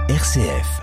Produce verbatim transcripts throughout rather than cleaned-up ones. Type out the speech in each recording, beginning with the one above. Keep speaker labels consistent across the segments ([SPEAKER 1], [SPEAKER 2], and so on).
[SPEAKER 1] R C F.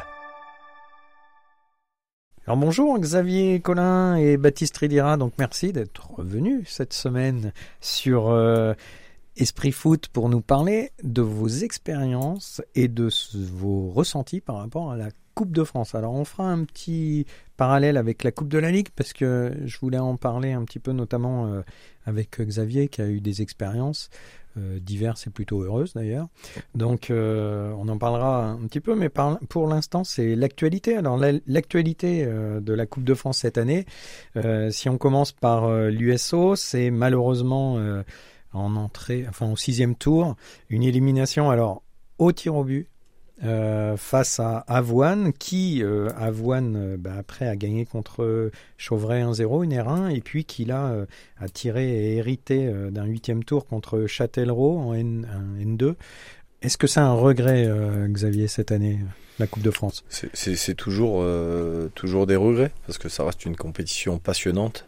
[SPEAKER 1] Alors bonjour Xavier Collin et Baptiste Ridira, donc merci d'être revenus cette semaine sur euh, Esprit Foot pour nous parler de vos expériences et de vos ressentis par rapport à la Coupe de France. Alors on fera un petit parallèle avec la Coupe de la Ligue parce que je voulais en parler un petit peu notamment euh, avec Xavier qui a eu des expériences euh, diverses et plutôt heureuses d'ailleurs. Donc euh, on en parlera un petit peu, mais par, pour l'instant c'est l'actualité. Alors la, l'actualité euh, de la Coupe de France cette année, euh, si on commence par euh, l'U S O, c'est malheureusement euh, en entrée, enfin au sixième tour, une élimination alors au tir au but. Euh, face à Avoine qui, euh, Avoine, euh, bah, après a gagné contre Chauvray un zéro, une R un, et puis qui là euh, a tiré et hérité euh, d'un huitième tour contre Châtellerault en N, N deux. Est-ce que c'est un regret, euh, Xavier, cette année, la Coupe de France ?
[SPEAKER 2] C'est, c'est, c'est toujours, euh, toujours des regrets, parce que ça reste une compétition passionnante.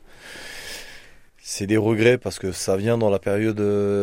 [SPEAKER 2] C'est des regrets parce que ça vient dans la période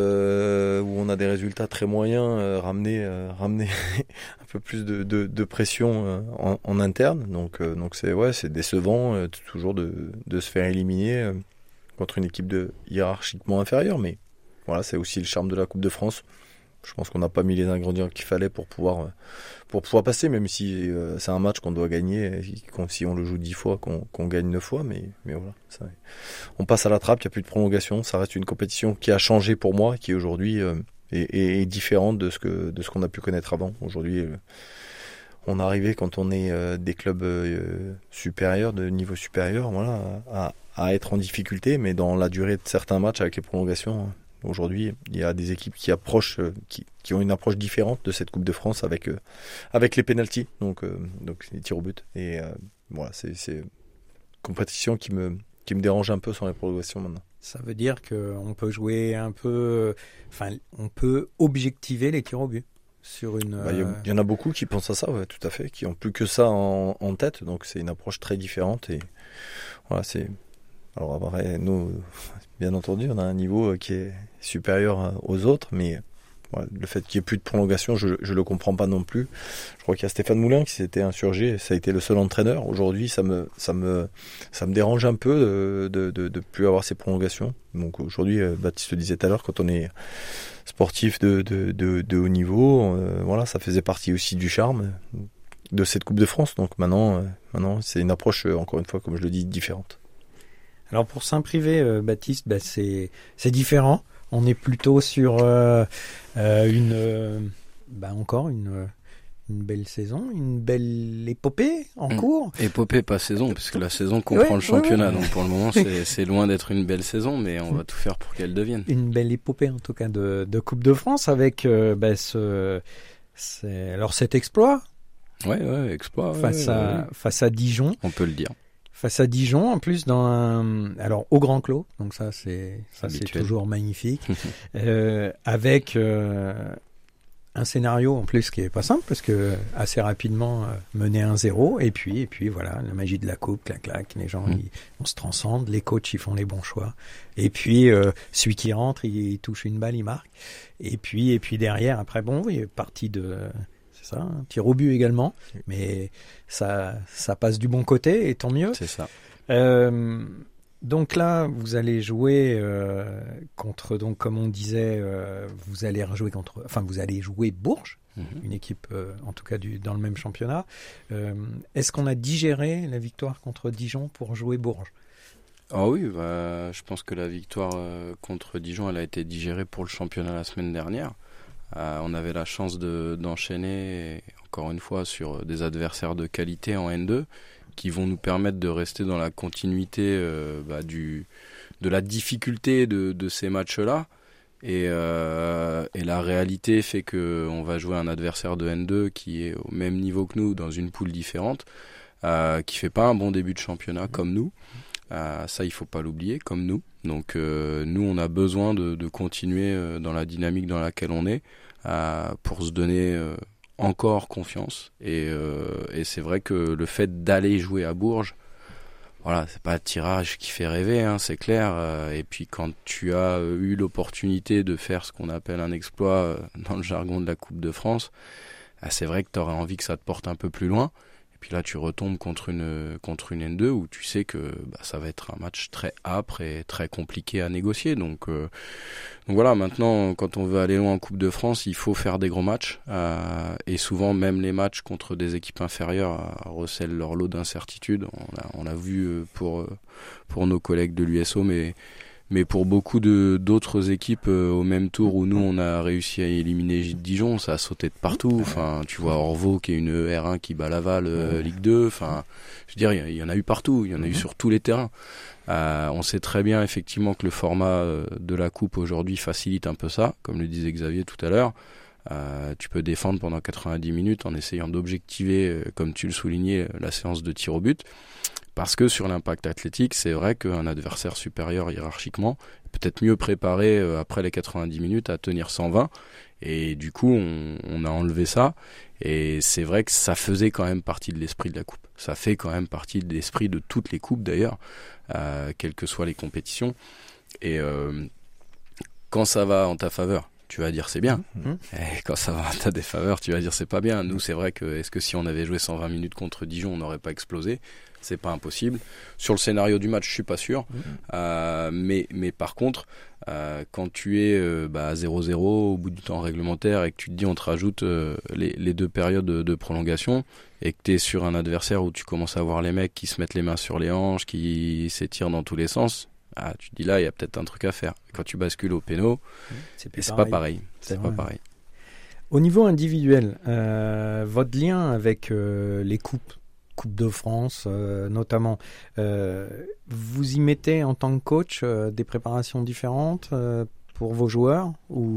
[SPEAKER 2] euh, où on a des résultats très moyens, euh, ramener, euh, ramener un peu plus de, de, de pression euh, en, en interne. Donc, euh, donc c'est, ouais, c'est décevant euh, toujours de, de se faire éliminer euh, contre une équipe de, hiérarchiquement inférieure. Mais voilà, c'est aussi le charme de la Coupe de France. Je pense qu'on n'a pas mis les ingrédients qu'il fallait pour pouvoir, pour pouvoir passer, même si euh, c'est un match qu'on doit gagner, qu'on, si on le joue dix fois, qu'on, qu'on gagne neuf fois, mais, mais voilà. Ça, on passe à la trappe, il n'y a plus de prolongation, ça reste une compétition qui a changé pour moi, qui aujourd'hui euh, est, est, est différente de ce, que, de ce qu'on a pu connaître avant. Aujourd'hui, euh, on est arrivé quand on est euh, des clubs euh, supérieurs, de niveau supérieur, voilà, à, à être en difficulté, mais dans la durée de certains matchs avec les prolongations, hein. Aujourd'hui, il y a des équipes qui approchent, euh, qui, qui ont une approche différente de cette Coupe de France avec euh, avec les pénaltys, donc euh, donc les tirs au but. Et euh, voilà, c'est c'est une compétition qui me qui me dérange un peu sur les prolongations maintenant.
[SPEAKER 1] Ça veut dire que on peut jouer un peu, enfin, on peut objectiver les tirs au but sur une.
[SPEAKER 2] Bah, il, y a, il y en a beaucoup qui pensent à ça, ouais, tout à fait, qui ont plus que ça en, en tête. Donc c'est une approche très différente et voilà, c'est. Alors après, nous, bien entendu, on a un niveau qui est supérieur aux autres, mais voilà, le fait qu'il n'y ait plus de prolongation, je ne le comprends pas non plus. Je crois qu'il y a Stéphane Moulin qui s'était insurgé, ça a été le seul entraîneur. Aujourd'hui, ça me, ça me, ça me dérange un peu de de, de plus avoir ces prolongations. Donc aujourd'hui, Baptiste le disait tout à l'heure, quand on est sportif de, de, de, de haut niveau, euh, voilà, ça faisait partie aussi du charme de cette Coupe de France. Donc maintenant, euh, maintenant c'est une approche, encore une fois, comme je le dis, différente.
[SPEAKER 1] Alors pour Saint-Privé, euh, Baptiste, bah c'est c'est différent. On est plutôt sur euh, euh, une euh, bah encore une une belle saison, une belle épopée en mmh. cours.
[SPEAKER 3] Épopée, pas saison, puisque la saison comprend ouais, le championnat. Ouais, ouais. Donc pour le moment, c'est c'est loin d'être une belle saison, mais on va tout faire pour qu'elle devienne.
[SPEAKER 1] Une belle épopée en tout cas de de Coupe de France avec euh, bah, ce c'est alors cet exploit.
[SPEAKER 3] Ouais, ouais, exploit.
[SPEAKER 1] Face
[SPEAKER 3] ouais,
[SPEAKER 1] à
[SPEAKER 3] ouais.
[SPEAKER 1] face à Dijon.
[SPEAKER 3] On peut le dire.
[SPEAKER 1] Face à Dijon, en plus dans un, alors au Grand Clos, donc ça c'est ça Habituel. C'est toujours magnifique, euh, avec euh, un scénario en plus qui est pas simple parce que assez rapidement euh, mené un zéro et puis et puis voilà la magie de la coupe, clac clac, les gens mmh. ils, on se transcende, les coachs ils font les bons choix et puis euh, celui qui rentre il, il touche une balle, il marque et puis et puis derrière après bon il est parti de ça, un tir au but également, mais ça, ça passe du bon côté et tant mieux.
[SPEAKER 3] C'est ça.
[SPEAKER 1] Euh, donc là, vous allez jouer euh, contre, donc comme on disait, euh, vous allez rejouer contre, enfin vous allez jouer Bourges, mm-hmm. une équipe euh, en tout cas du, dans le même championnat. Euh, est-ce qu'on a digéré la victoire contre Dijon pour jouer Bourges ?
[SPEAKER 3] Ah oui, bah, je pense que la victoire euh, contre Dijon, elle a été digérée pour le championnat la semaine dernière. Euh, on avait la chance de, d'enchaîner, encore une fois, sur des adversaires de qualité en N deux qui vont nous permettre de rester dans la continuité euh, bah, du, de la difficulté de, de ces matchs-là. Et, euh, et la réalité fait qu'on va jouer un adversaire de N deux qui est au même niveau que nous dans une poule différente, euh, qui fait pas un bon début de championnat comme nous. Euh, ça, il faut pas l'oublier, comme nous. Donc, euh, nous, on a besoin de, de continuer euh, dans la dynamique dans laquelle on est euh, pour se donner euh, encore confiance. Et, euh, et c'est vrai que le fait d'aller jouer à Bourges, voilà, c'est pas un tirage qui fait rêver, hein, c'est clair. Euh, et puis, quand tu as eu l'opportunité de faire ce qu'on appelle un exploit euh, dans le jargon de la Coupe de France, ah, c'est vrai que tu aurais envie que ça te porte un peu plus loin. Et puis là, tu retombes contre une, contre une N deux où tu sais que bah, ça va être un match très âpre et très compliqué à négocier. Donc, euh, donc voilà, maintenant, quand on veut aller loin en Coupe de France, il faut faire des gros matchs. Euh, et souvent, même les matchs contre des équipes inférieures euh, recèlent leur lot d'incertitudes. On l'a, on l'a vu pour, pour nos collègues de l'U S O, mais... Mais pour beaucoup de, d'autres équipes euh, au même tour où nous on a réussi à éliminer Dijon, ça a sauté de partout. Enfin, tu vois Orvaux qui est une R un qui bat Laval euh, Ligue deux. Enfin, je veux dire, il y, y en a eu partout, il y en a eu sur tous les terrains. Euh, on sait très bien effectivement que le format euh, de la coupe aujourd'hui facilite un peu ça, comme le disait Xavier tout à l'heure. Euh, tu peux défendre pendant quatre-vingt-dix minutes en essayant d'objectiver, euh, comme tu le soulignais, la séance de tir au but. Parce que sur l'impact athlétique, c'est vrai qu'un adversaire supérieur hiérarchiquement est peut-être mieux préparé euh, après les quatre-vingt-dix minutes à tenir cent vingt. Et du coup, on, on a enlevé ça. Et c'est vrai que ça faisait quand même partie de l'esprit de la coupe. Ça fait quand même partie de l'esprit de toutes les coupes d'ailleurs, euh, quelles que soient les compétitions. Et euh, quand ça va en ta faveur, tu vas dire c'est bien. Mmh. Et quand ça va en ta défaveur, tu vas dire c'est pas bien. Nous, c'est vrai que est-ce que si on avait joué cent vingt minutes contre Dijon, on n'aurait pas explosé ? C'est pas impossible. Sur le scénario du match, je suis pas sûr. Mmh. Euh, mais, mais par contre, euh, quand tu es euh, bah, à zéro zéro au bout du temps réglementaire et que tu te dis on te rajoute euh, les, les deux périodes de, de prolongation et que tu es sur un adversaire où tu commences à voir les mecs qui se mettent les mains sur les hanches, qui s'étirent dans tous les sens, ah, tu te dis là, il y a peut-être un truc à faire. Quand tu bascules au péno, c'est, c'est pas pareil. C'est, c'est pas pareil.
[SPEAKER 1] Au niveau individuel, euh, votre lien avec euh, les coupes, Coupe de France euh, notamment, euh, vous y mettez en tant que coach euh, des préparations différentes euh, pour vos joueurs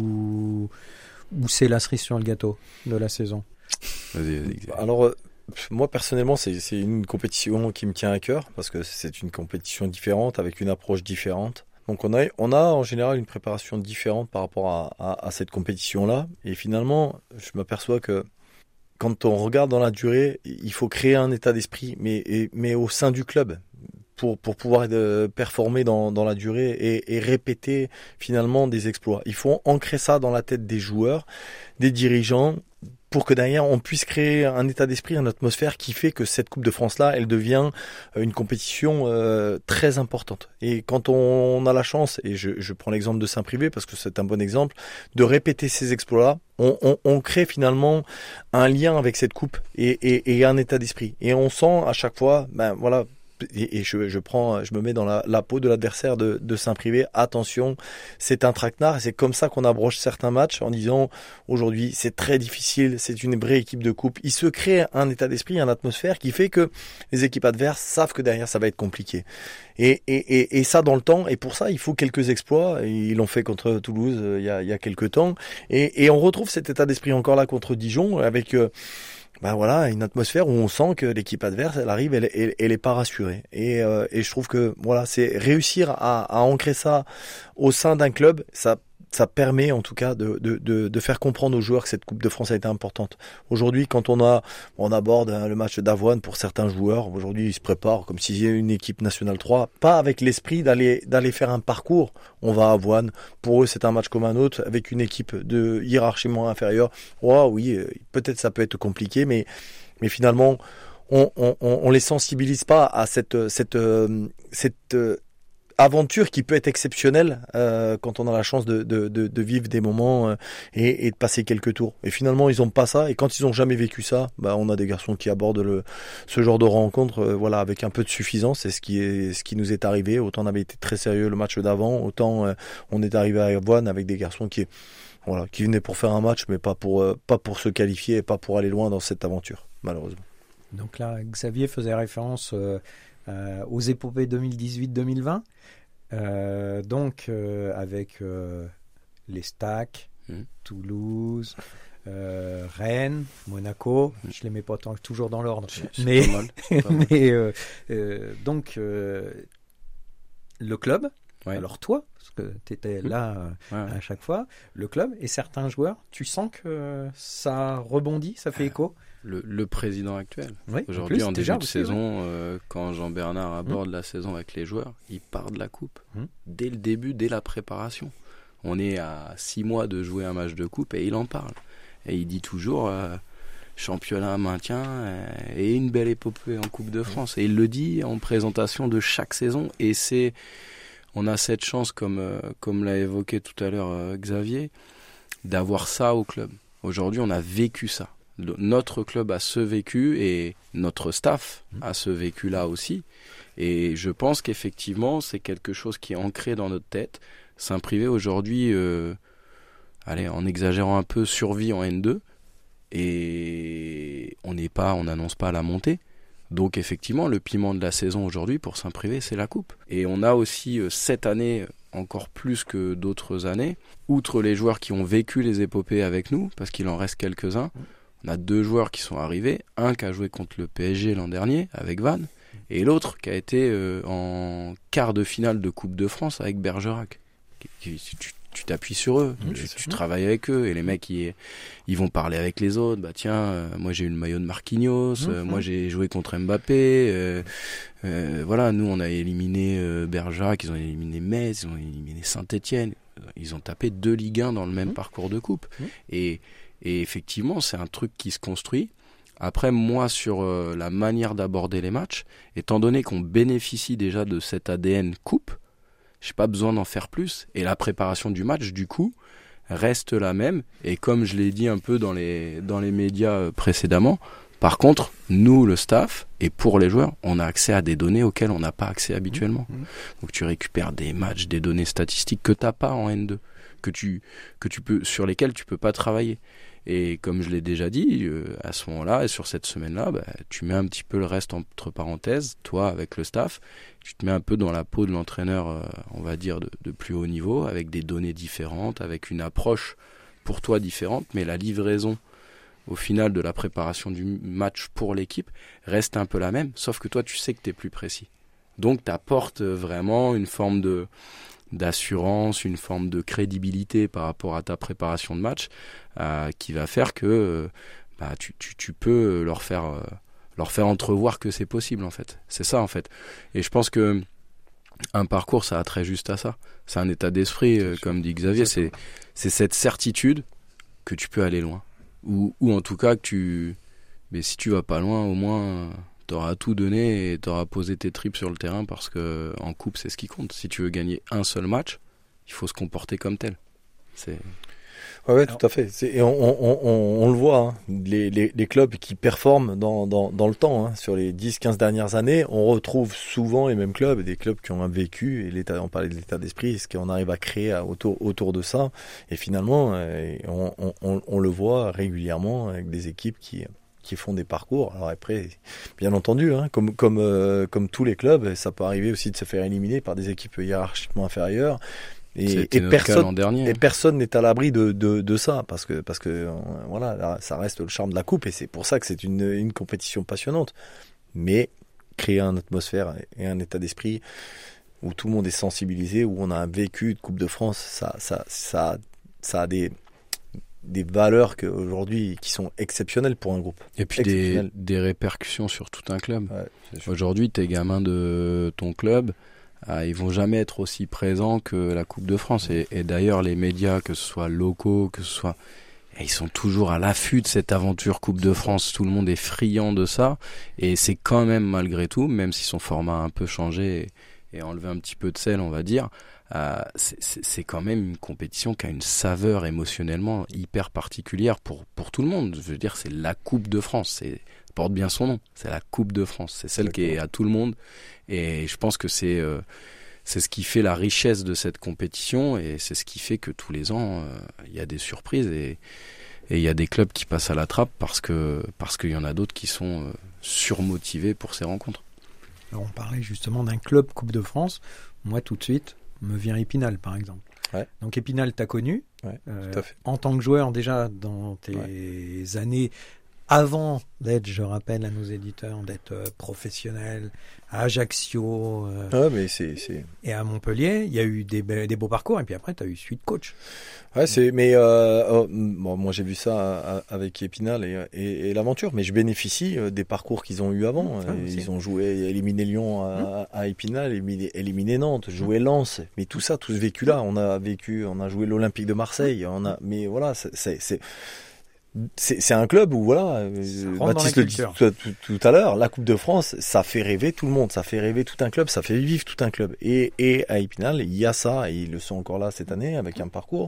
[SPEAKER 1] ou, ou c'est la cerise sur le gâteau de la saison ?
[SPEAKER 2] Vas-y, vas-y. Alors, euh, moi personnellement, c'est, c'est une compétition qui me tient à cœur parce que c'est une compétition différente avec une approche différente. Donc on a, on a en général une préparation différente par rapport à, à, à cette compétition-là. Et finalement, je m'aperçois que quand on regarde dans la durée, il faut créer un état d'esprit, mais, et, mais au sein du club, pour, pour pouvoir de, performer dans, dans la durée et, et répéter finalement des exploits. Il faut ancrer ça dans la tête des joueurs, des dirigeants, pour que derrière on puisse créer un état d'esprit, une atmosphère qui fait que cette Coupe de France-là, elle devient une compétition euh, très importante. Et quand on a la chance, et je, je prends l'exemple de Saint-Privé parce que c'est un bon exemple, de répéter ces exploits-là, on, on, on crée finalement un lien avec cette Coupe et, et, et un état d'esprit. Et on sent à chaque fois, ben voilà, et, et je, je prends, je me mets dans la, la peau de l'adversaire de, de Saint-Privé. Attention, c'est un traquenard. Et c'est comme ça qu'on abroge certains matchs en disant aujourd'hui c'est très difficile, c'est une vraie équipe de coupe. Il se crée un état d'esprit, une atmosphère qui fait que les équipes adverses savent que derrière ça va être compliqué. Et, et, et, et ça dans le temps. Et pour ça, il faut quelques exploits. Ils l'ont fait contre Toulouse euh, il y a, il y a quelques temps. Et, et on retrouve cet état d'esprit encore là contre Dijon avec euh, ben voilà, une atmosphère où on sent que l'équipe adverse, elle arrive, elle, elle, elle est pas rassurée. Et, euh, et je trouve que voilà, c'est réussir à, à ancrer ça au sein d'un club, ça, ça permet en tout cas de, de, de, de faire comprendre aux joueurs que cette Coupe de France a été importante. Aujourd'hui, quand on a, on aborde hein, le match d'Avoine pour certains joueurs, aujourd'hui ils se préparent comme s'il y avait une équipe nationale trois, pas avec l'esprit d'aller, d'aller faire un parcours. On va à Avoine, pour eux c'est un match comme un autre, avec une équipe de hiérarchiquement inférieure. Oh, oui, peut-être ça peut être compliqué, mais, mais finalement, on, on, on les sensibilise pas à cette, cette, cette, aventure qui peut être exceptionnelle euh, quand on a la chance de, de, de, de vivre des moments euh, et, et de passer quelques tours. Et finalement, ils ont pas ça. Et quand ils ont jamais vécu ça, bah, on a des garçons qui abordent le, ce genre de rencontre euh, voilà, avec un peu de suffisance. C'est ce qui, est, ce qui nous est arrivé. Autant on avait été très sérieux le match d'avant, autant euh, on est arrivé à Avoine avec des garçons qui, voilà, qui venaient pour faire un match, mais pas pour, euh, pas pour se qualifier et pas pour aller loin dans cette aventure, malheureusement.
[SPEAKER 1] Donc là, Xavier faisait référence euh, euh, aux épopées deux mille dix-huit deux mille vingt. Euh, donc euh, avec euh, les Stacks, mmh. Toulouse, euh, Rennes, Monaco, mmh. je les mets pas tant, toujours dans l'ordre, c'est, c'est mais, pas mal, c'est pas mal. mais euh, euh, donc euh, le club, ouais. Alors toi, parce que tu étais mmh. là euh, ouais. à chaque fois, le club et certains joueurs, tu sens que ça rebondit, ça fait écho.
[SPEAKER 3] Le, le président actuel.
[SPEAKER 1] Oui,
[SPEAKER 3] aujourd'hui,
[SPEAKER 1] en, plus,
[SPEAKER 3] en début de
[SPEAKER 1] aussi,
[SPEAKER 3] saison,
[SPEAKER 1] ouais.
[SPEAKER 3] euh, quand Jean-Bernard aborde mmh. la saison avec les joueurs, il part de la coupe. Mmh. Dès le début, dès la préparation. On est à six mois de jouer un match de coupe et il en parle. Et il dit toujours, euh, championnat, maintien et une belle épopée en Coupe de France. Et il le dit en présentation de chaque saison. Et c'est, on a cette chance, comme, comme l'a évoqué tout à l'heure Xavier, d'avoir ça au club. Aujourd'hui, on a vécu ça. Notre club a ce vécu et notre staff a ce vécu-là aussi. Et je pense qu'effectivement, c'est quelque chose qui est ancré dans notre tête. Saint-Privé, aujourd'hui, euh, allez, en exagérant un peu, survit en N deux. Et on n'est pas, on n'annonce pas la montée. Donc effectivement, le piment de la saison aujourd'hui pour Saint-Privé, c'est la coupe. Et on a aussi euh, cette année, encore plus que d'autres années, outre les joueurs qui ont vécu les épopées avec nous, parce qu'il en reste quelques-uns, on a deux joueurs qui sont arrivés, un qui a joué contre le P S G l'an dernier avec Vannes, et l'autre qui a été euh, en quart de finale de Coupe de France avec Bergerac. Tu, tu, tu t'appuies sur eux, mmh, tu, tu travailles avec eux, et les mecs ils, ils vont parler avec les autres. Bah tiens, euh, moi j'ai eu le maillot de Marquinhos, mmh, euh, moi j'ai joué contre Mbappé. Euh, euh, voilà, nous on a éliminé euh, Bergerac, ils ont éliminé Metz, ils ont éliminé Saint-Etienne. Ils ont tapé deux Ligue un dans le même mmh. parcours de coupe. Mmh. Et, et effectivement, c'est un truc qui se construit. Après, moi, sur euh, la manière d'aborder les matchs, étant donné qu'on bénéficie déjà de cet A D N coupe, j'ai pas besoin d'en faire plus. Et la préparation du match, du coup, reste la même. Et comme je l'ai dit un peu dans les, dans les médias précédemment, par contre, nous, le staff, et pour les joueurs, on a accès à des données auxquelles on n'a pas accès habituellement. Mmh. Donc tu récupères des matchs, des données statistiques que tu n'as pas en N deux, que tu, que tu peux, sur lesquelles tu ne peux pas travailler. Et comme je l'ai déjà dit, euh, à ce moment-là, et sur cette semaine-là, bah, tu mets un petit peu le reste entre parenthèses, toi avec le staff, tu te mets un peu dans la peau de l'entraîneur, euh, on va dire, de, de plus haut niveau, avec des données différentes, avec une approche pour toi différente, mais la livraison au final de la préparation du match pour l'équipe reste un peu la même, sauf que toi tu sais que tu es plus précis. Donc tu apportes vraiment une forme de, d'assurance, une forme de crédibilité par rapport à ta préparation de match euh, qui va faire que euh, bah, tu, tu, tu peux leur faire, euh, leur faire entrevoir que c'est possible en fait. C'est ça en fait. Et je pense que un parcours ça a trait juste à ça. C'est un état d'esprit, euh, comme dit Xavier, c'est, c'est cette certitude que tu peux aller loin. Ou, ou en tout cas que tu, mais si tu vas pas loin, au moins t'auras tout donné et t'auras posé tes tripes sur le terrain, parce que en coupe c'est ce qui compte. Si tu veux gagner un seul match, il faut se comporter comme tel. C'est
[SPEAKER 2] ouais, ouais, tout à fait. C'est, et on, on, on, on le voit, hein, les, les, les clubs qui performent dans, dans, dans le temps, hein, sur les dix quinze dernières années, on retrouve souvent les mêmes clubs, des clubs qui ont un vécu, et l'état, on parlait de l'état d'esprit, ce qu'on arrive à créer autour, autour de ça, et finalement, on, on, on, on le voit régulièrement avec des équipes qui, qui font des parcours. Alors après, bien entendu, hein, comme, comme, euh, comme tous les clubs, ça peut arriver aussi de se faire éliminer par des équipes hiérarchiquement inférieures. Et, et personne, et personne n'est à l'abri de, de, de ça, parce que, parce que euh, voilà, là, ça reste le charme de la coupe, et c'est pour ça que c'est une, une compétition passionnante. Mais créer une atmosphère et un état d'esprit où tout le monde est sensibilisé, où on a un vécu de Coupe de France, ça, ça, ça, ça a des, des valeurs que, aujourd'hui qui sont exceptionnelles pour un groupe.
[SPEAKER 3] Et puis des, des répercussions sur tout un club. Ouais, aujourd'hui, t'es gamin de ton club. Ah, ils vont jamais être aussi présents que la Coupe de France. Et, et d'ailleurs, les médias, que ce soit locaux, que ce soit... ils sont toujours à l'affût de cette aventure Coupe de France. Tout le monde est friand de ça. Et c'est quand même, malgré tout, même si son format a un peu changé et, et enlevé un petit peu de sel, on va dire, euh, c'est, c'est, c'est quand même une compétition qui a une saveur émotionnellement hyper particulière pour, pour tout le monde. Je veux dire, c'est la Coupe de France. C'est... porte bien son nom, c'est la Coupe de France, c'est celle D'accord. qui est à tout le monde, et je pense que c'est euh, c'est ce qui fait la richesse de cette compétition, et c'est ce qui fait que tous les ans il euh, y a des surprises, et il y a des clubs qui passent à la trappe parce que parce qu'il y en a d'autres qui sont euh, surmotivés pour ces rencontres.
[SPEAKER 1] Alors on parlait justement d'un club Coupe de France, moi tout de suite me vient Épinal par exemple. Ouais. Donc Épinal t'as connu,
[SPEAKER 2] ouais,
[SPEAKER 1] euh,
[SPEAKER 2] tout à fait.
[SPEAKER 1] En tant que joueur déjà dans tes ouais. années avant d'être, je rappelle à nos éditeurs, d'être euh, professionnel à Ajaccio euh,
[SPEAKER 2] ah, mais c'est, c'est...
[SPEAKER 1] et à Montpellier, il y a eu des, be- des beaux parcours, et puis après tu as eu suite coach.
[SPEAKER 2] Ouais, c'est, mais euh, oh, bon, moi j'ai vu ça à, à, avec Épinal et, et, et l'aventure, mais je bénéficie euh, des parcours qu'ils ont eu avant. Ah, ils ont joué, éliminé Lyon à, à Épinal, éliminé, éliminé Nantes, joué Lens, mais tout ça, tout ce vécu-là, on a vécu, on a joué l'Olympique de Marseille, on a, mais voilà, c'est, c'est, c'est c'est, c'est un club où voilà, Baptiste le dit tout, tout, tout à l'heure, la Coupe de France, ça fait rêver tout le monde, ça fait rêver tout un club, ça fait vivre tout un club. Et, et à Épinal, il y a ça, et ils le sont encore là cette année avec un parcours.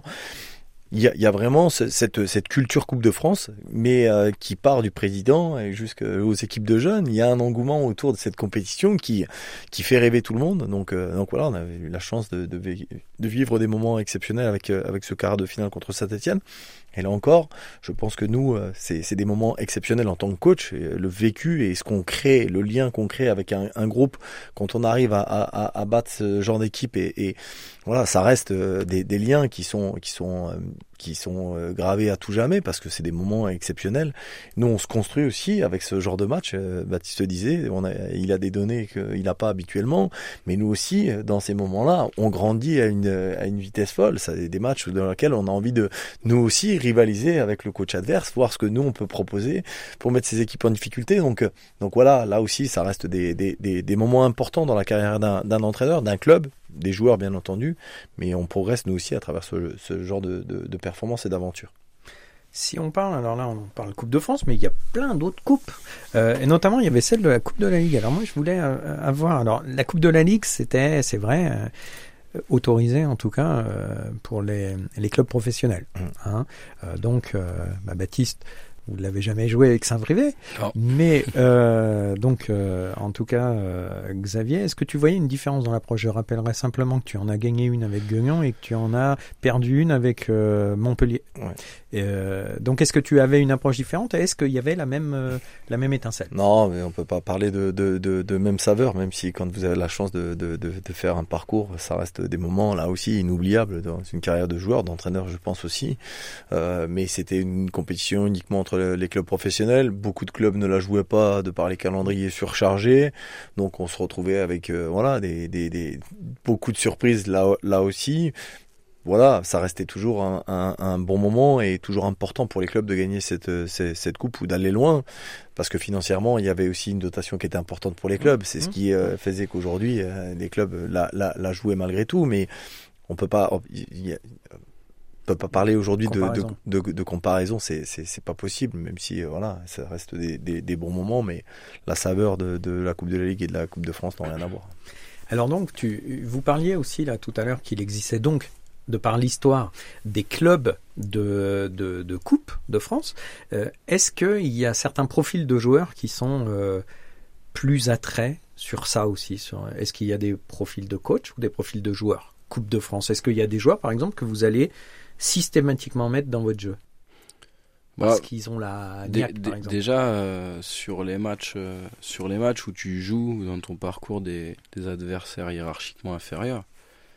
[SPEAKER 2] Il y a, il y a vraiment ce, cette, cette culture Coupe de France, mais euh, qui part du président et jusqu'aux équipes de jeunes. Il y a un engouement autour de cette compétition qui qui fait rêver tout le monde. Donc euh, donc voilà, on avait eu la chance de, de, de vivre des moments exceptionnels avec euh, avec ce quart de finale contre Saint-Étienne. Et là encore, je pense que nous, c'est, c'est des moments exceptionnels en tant que coach, le vécu et ce qu'on crée, le lien qu'on crée avec un, un groupe quand on arrive à, à, à battre ce genre d'équipe et, et voilà, ça reste des, des liens qui sont qui sont qui sont gravés à tout jamais parce que c'est des moments exceptionnels. Nous, on se construit aussi avec ce genre de match. Baptiste disait, on a, il a des données qu'il n'a pas habituellement, mais nous aussi, dans ces moments-là, on grandit à une à une vitesse folle. C'est des matchs dans lesquels on a envie de nous aussi rivaliser avec le coach adverse, voir ce que nous on peut proposer pour mettre ces équipes en difficulté. Donc, donc voilà, là aussi, ça reste des, des, des, des moments importants dans la carrière d'un, d'un entraîneur, d'un club, des joueurs bien entendu, mais on progresse nous aussi à travers ce, ce genre de, de, de performance et d'aventure.
[SPEAKER 1] Si on parle, alors là on parle Coupe de France, mais il y a plein d'autres coupes, euh, et notamment il y avait celle de la Coupe de la Ligue. Alors moi je voulais euh, avoir, alors la Coupe de la Ligue c'était, c'est vrai, euh, autorisé en tout cas euh, pour les, les clubs professionnels. Hein. Euh, donc, euh, bah, Baptiste, vous ne l'avez jamais joué avec Saint-Privé,
[SPEAKER 3] non.
[SPEAKER 1] mais euh, donc euh, en tout cas, euh, Xavier, est-ce que tu voyais une différence dans l'approche? Je rappellerai simplement que tu en as gagné une avec Guignon et que tu en as perdu une avec euh, Montpellier.
[SPEAKER 2] Ouais.
[SPEAKER 1] Et, euh, donc, est-ce que tu avais une approche différente et est-ce qu'il y avait la même euh, la même étincelle?
[SPEAKER 2] Non, mais on peut pas parler de, de, de, de même saveur, même si quand vous avez la chance de, de, de, de faire un parcours, ça reste des moments là aussi inoubliables dans une carrière de joueur, d'entraîneur, je pense aussi. Euh, mais c'était une compétition uniquement entre les clubs professionnels. Beaucoup de clubs ne la jouaient pas de par les calendriers surchargés, donc on se retrouvait avec euh, voilà des, des, des beaucoup de surprises là là aussi. Voilà, ça restait toujours un, un, un bon moment et toujours important pour les clubs de gagner cette, cette, cette coupe ou d'aller loin, parce que financièrement, il y avait aussi une dotation qui était importante pour les clubs. C'est ce qui euh, faisait qu'aujourd'hui, euh, les clubs la, la, la jouaient malgré tout, mais on peut pas, il y a, on peut pas parler aujourd'hui de, de, de, de comparaison, c'est, c'est, c'est pas possible, même si euh, voilà, ça reste des, des, des bons moments, mais la saveur de, de la Coupe de la Ligue et de la Coupe de France n'ont rien à voir.
[SPEAKER 1] Alors donc, tu, vous parliez aussi là tout à l'heure qu'il existait donc, de par l'histoire, des clubs de, de, de Coupe de France. Euh, est-ce qu'il y a certains profils de joueurs qui sont euh, plus attraits sur ça aussi sur, est-ce qu'il y a des profils de coach ou des profils de joueurs Coupe de France? Est-ce qu'il y a des joueurs, par exemple, que vous allez systématiquement mettre dans votre jeu parce bah, qu'ils ont la niaque, d- par exemple.
[SPEAKER 3] Déjà, euh, sur, les matchs, euh, sur les matchs où tu joues dans ton parcours des, des adversaires hiérarchiquement inférieurs,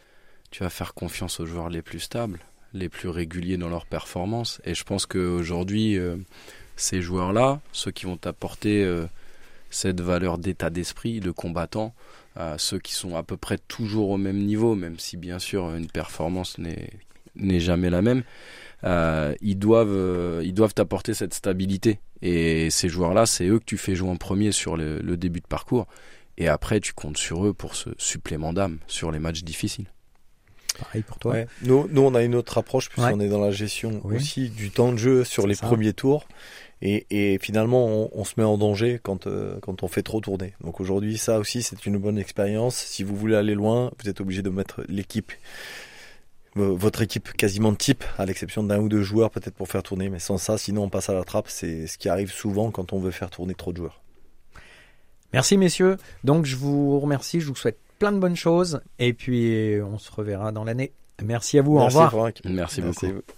[SPEAKER 3] tu vas faire confiance aux joueurs les plus stables, les plus réguliers dans leur performance. Et je pense qu'aujourd'hui, euh, ces joueurs-là, ceux qui vont t'apporter euh, cette valeur d'état d'esprit, de combattant, euh, ceux qui sont à peu près toujours au même niveau, même si bien sûr une performance n'est, n'est jamais la même, euh, ils doivent, euh, ils doivent t'apporter cette stabilité. Et ces joueurs-là, c'est eux que tu fais jouer en premier sur le, le début de parcours. Et après, tu comptes sur eux pour ce supplément d'âme sur les matchs difficiles.
[SPEAKER 1] Pareil pour toi.
[SPEAKER 2] Ouais. Nous, nous, on a une autre approche puisqu'on
[SPEAKER 1] ouais.
[SPEAKER 2] est dans la gestion
[SPEAKER 1] oui.
[SPEAKER 2] aussi du temps de jeu sur
[SPEAKER 1] c'est
[SPEAKER 2] les
[SPEAKER 1] ça.
[SPEAKER 2] premiers tours. Et, et finalement, on, on se met en danger quand, euh, quand on fait trop tourner. Donc aujourd'hui, ça aussi, c'est une bonne expérience. Si vous voulez aller loin, vous êtes obligé de mettre l'équipe, euh, votre équipe quasiment de type, à l'exception d'un ou deux joueurs peut-être pour faire tourner. Mais sans ça, sinon on passe à la trappe. C'est ce qui arrive souvent quand on veut faire tourner trop de joueurs.
[SPEAKER 1] Merci messieurs. Donc je vous remercie, je vous souhaite plein de bonnes choses et puis on se reverra dans l'année. Merci à vous,
[SPEAKER 2] Merci,
[SPEAKER 1] au revoir.
[SPEAKER 2] Franck.
[SPEAKER 3] Merci, Merci beaucoup.